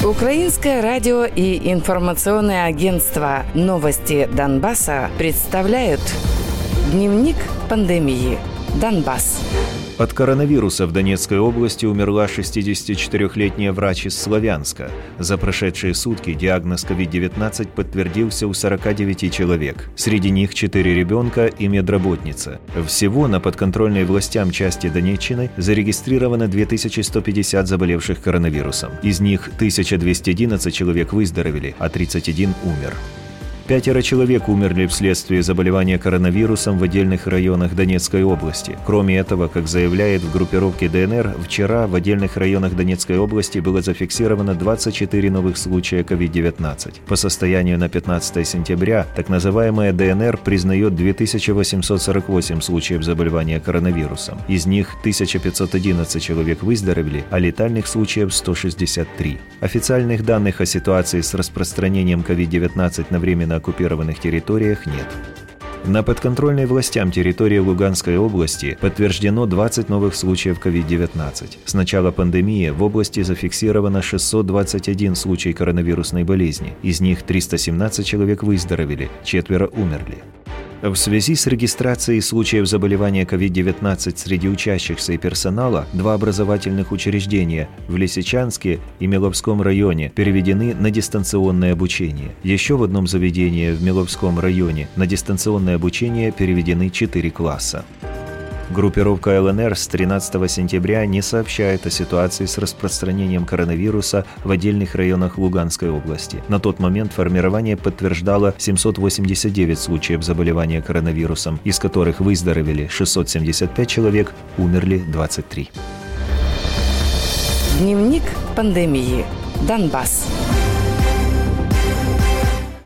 Украинское радио и информационное агентство «Новости Донбасса» представляют Дневник пандемии. Донбасс. От коронавируса в Донецкой области умерла 64-летняя врач из Славянска. За прошедшие сутки диагноз COVID-19 подтвердился у 49 человек. Среди них 4 ребенка и медработница. Всего на подконтрольной властям части Донеччины зарегистрировано 2150 заболевших коронавирусом. Из них 1211 человек выздоровели, а 31 умер. 5 человек умерли вследствие заболевания коронавирусом в отдельных районах Донецкой области. Кроме этого, как заявляет в группировке ДНР, вчера в отдельных районах Донецкой области было зафиксировано 24 новых случая COVID-19. По состоянию на 15 сентября так называемая ДНР признает 2848 случаев заболевания коронавирусом. Из них 1511 человек выздоровели, а летальных случаев 163. Официальных данных о ситуации с распространением COVID-19 на временно оккупированных территориях нет. На подконтрольной властям территории Луганской области подтверждено 20 новых случаев COVID-19. С начала пандемии в области зафиксировано 621 случай коронавирусной болезни. Из них 317 человек выздоровели, 4 умерли. В связи с регистрацией случаев заболевания COVID-19 среди учащихся и персонала 2 образовательных учреждения в Лисичанске и Миловском районе переведены на дистанционное обучение. Еще в одном заведении в Миловском районе на дистанционное обучение переведены 4 класса. Группировка ЛНР с 13 сентября не сообщает о ситуации с распространением коронавируса в отдельных районах Луганской области. На тот момент формирование подтверждало 789 случаев заболевания коронавирусом, из которых выздоровели 675 человек, умерли 23. Дневник пандемии. Донбасс.